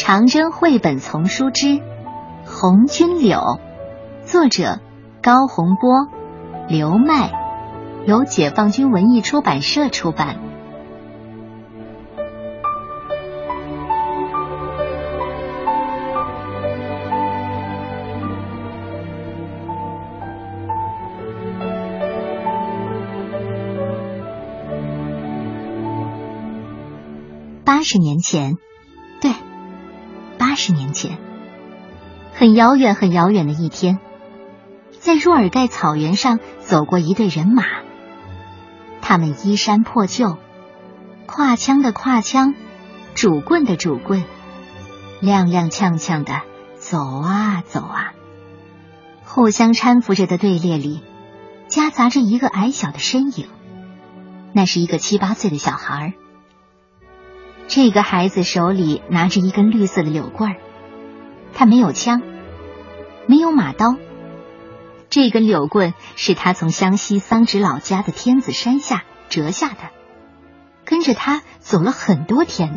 长征绘本丛书之《红军柳》，作者高洪波、刘麦，由解放军文艺出版社出版。80年前，对，80年前，很遥远很遥远的一天，在若尔盖草原上走过一队人马，他们衣衫破旧，挎枪的挎枪，拄棍的拄棍，踉踉跄跄的走啊走啊，互相搀扶着的队列里夹杂着一个矮小的身影，那是一个7、8岁的小孩。这个孩子手里拿着一根绿色的柳棍儿，他没有枪，没有马刀，这根柳棍是他从湘西桑植老家的天子山下折下的，跟着他走了很多天呢。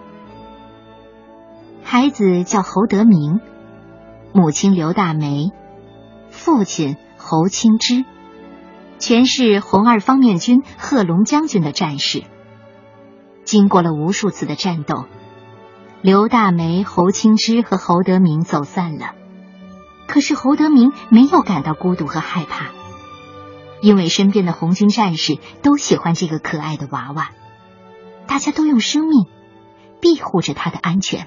孩子叫侯德明，母亲刘大梅，父亲侯清之，全是红二方面军贺龙将军的战士。经过了无数次的战斗，刘大梅、侯清之和侯德明走散了。可是侯德明没有感到孤独和害怕，因为身边的红军战士都喜欢这个可爱的娃娃，大家都用生命庇护着他的安全。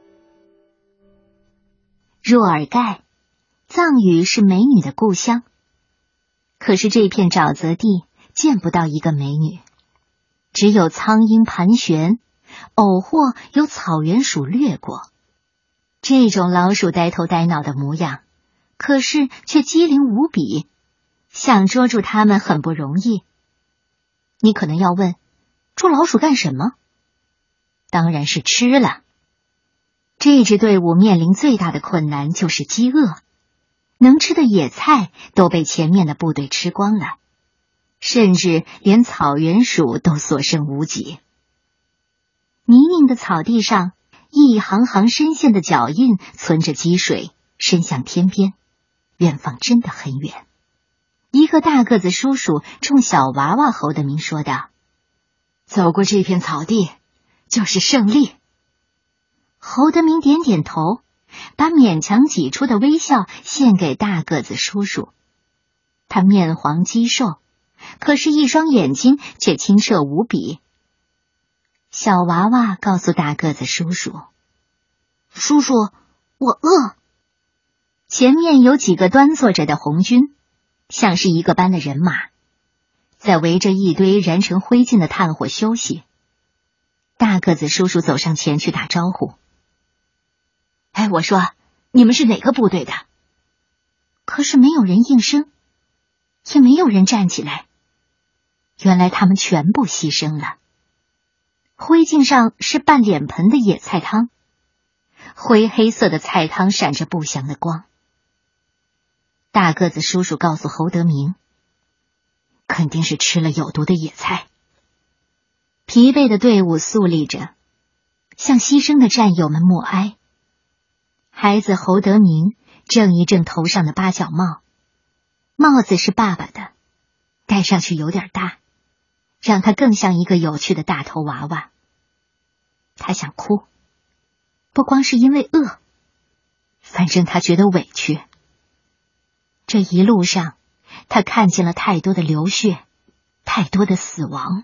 若尔盖，藏语是美女的故乡，可是这片沼泽地见不到一个美女，只有苍鹰盘旋，偶或有草原鼠掠过。这种老鼠呆头呆脑的模样，可是却机灵无比，想捉住它们很不容易。你可能要问，捉老鼠干什么？当然是吃了。这支队伍面临最大的困难就是饥饿，能吃的野菜都被前面的部队吃光了，甚至连草原鼠都所剩无几。泥泞的草地上，一行行深陷的脚印存着积水，伸向天边，远方真的很远。一个大个子叔叔冲小娃娃侯德明说道：“走过这片草地就是胜利。”侯德明点点头，把勉强挤出的微笑献给大个子叔叔。他面黄肌瘦，可是一双眼睛却清澈无比。小娃娃告诉大个子叔叔：“叔叔，我饿。”前面有几个端坐着的红军，像是一个班的人马，在围着一堆燃成灰烬的炭火休息。大个子叔叔走上前去打招呼：“哎，我说，你们是哪个部队的？”可是没有人应声，也没有人站起来。原来他们全部牺牲了。灰烬上是半脸盆的野菜汤，灰黑色的菜汤闪着不祥的光。大个子叔叔告诉侯德明，肯定是吃了有毒的野菜。疲惫的队伍肃立着，向牺牲的战友们默哀。孩子侯德明正一正头上的八角帽，帽子是爸爸的，戴上去有点大，让他更像一个有趣的大头娃娃。他想哭，不光是因为饿，反正他觉得委屈。这一路上，他看见了太多的流血，太多的死亡。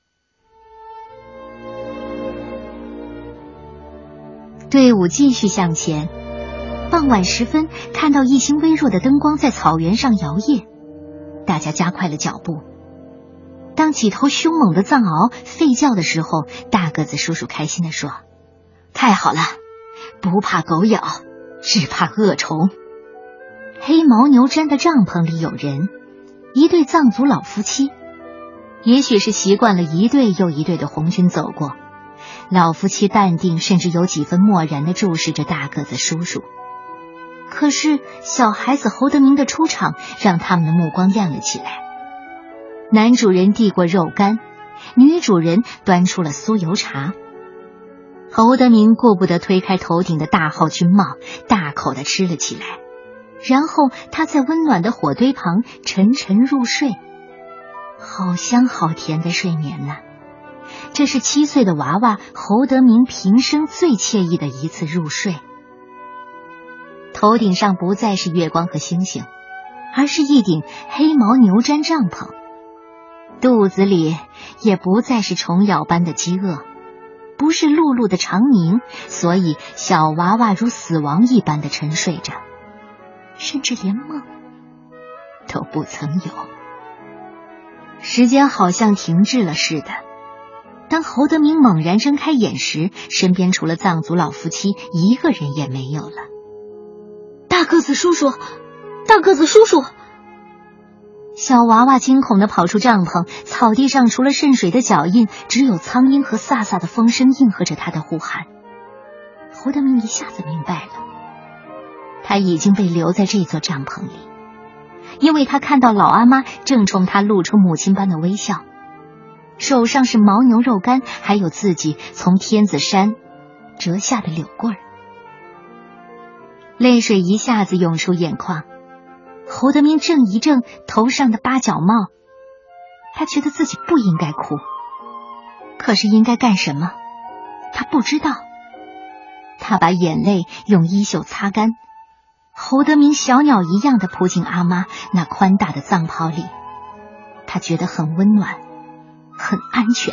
队伍继续向前，傍晚时分，看到一星微弱的灯光在草原上摇曳，大家加快了脚步。当几头凶猛的藏獒吠叫的时候，大个子叔叔开心地说：“太好了，不怕狗咬，只怕恶虫。”黑牦牛毡的帐篷里有人，一对藏族老夫妻，也许是习惯了一队又一队的红军走过，老夫妻淡定，甚至有几分漠然地注视着大个子叔叔。可是小孩子侯德明的出场让他们的目光亮了起来。男主人递过肉干，女主人端出了酥油茶。 侯德明顾不得推开头顶的大号军帽，大口地吃了起来，然后他在温暖的火堆旁沉沉入睡。好香好甜的睡眠呐！这是7岁的娃娃侯德明平生最惬意的一次入睡。头顶上不再是月光和星星，而是一顶黑毛牛毡帐篷，肚子里也不再是虫咬般的饥饿，不是碌碌的长鸣，所以小娃娃如死亡一般的沉睡着，甚至连梦都不曾有。时间好像停滞了似的，当侯德明猛然睁开眼时，身边除了藏族老夫妻一个人也没有了。 大个子叔叔，大个子叔叔！ 小娃娃惊恐地跑出帐篷，草地上除了渗水的脚印，只有苍鹰和飒飒的风声应和着他的呼喊。侯德明一下子明白了，他已经被留在这座帐篷里，因为他看到老阿妈正冲他露出母亲般的微笑，手上是牦牛肉干，还有自己从天子山折下的柳棍儿。泪水一下子涌出眼眶，侯德明正一正头上的八角帽，他觉得自己不应该哭，可是应该干什么他不知道。他把眼泪用衣袖擦干，侯德明小鸟一样的扑进阿妈那宽大的藏袍里，他觉得很温暖，很安全。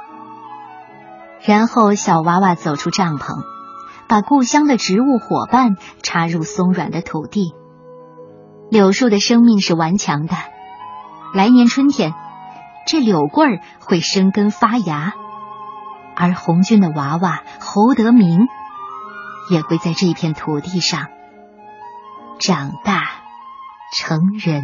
然后小娃娃走出帐篷，把故乡的植物伙伴插入松软的土地。柳树的生命是顽强的，来年春天，这柳棍儿会生根发芽，而红军的娃娃侯德明也会在这片土地上长大成人。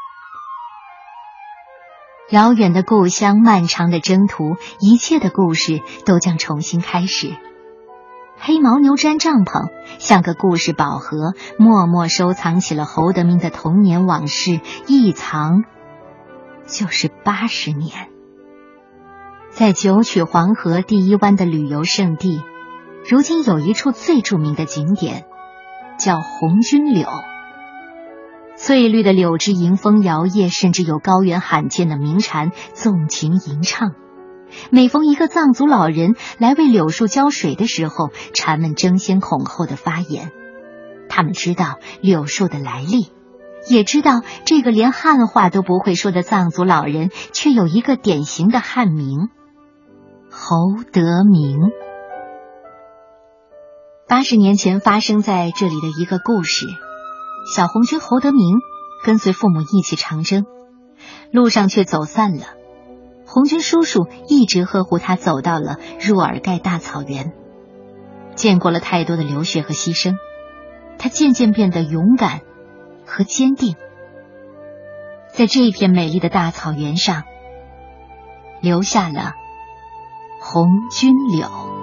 遥远的故乡，漫长的征途，一切的故事都将重新开始。黑牦牛毡帐篷像个故事宝盒，默默收藏起了侯德明的童年往事，一藏就是80年。在九曲黄河第一湾的旅游胜地，如今有一处最著名的景点，叫红军柳。翠绿的柳枝迎风摇曳，甚至有高原罕见的鸣蝉纵情吟唱。每逢一个藏族老人来为柳树浇水的时候，蝉们争先恐后的发言。他们知道柳树的来历，也知道这个连汉话都不会说的藏族老人却有一个典型的汉名——侯德明。80年前发生在这里的一个故事，小红军侯德明跟随父母一起长征，路上却走散了。红军叔叔一直呵护他走到了入尔盖大草原，见过了太多的流血和牺牲，他渐渐变得勇敢和坚定，在这片美丽的大草原上留下了红军柳。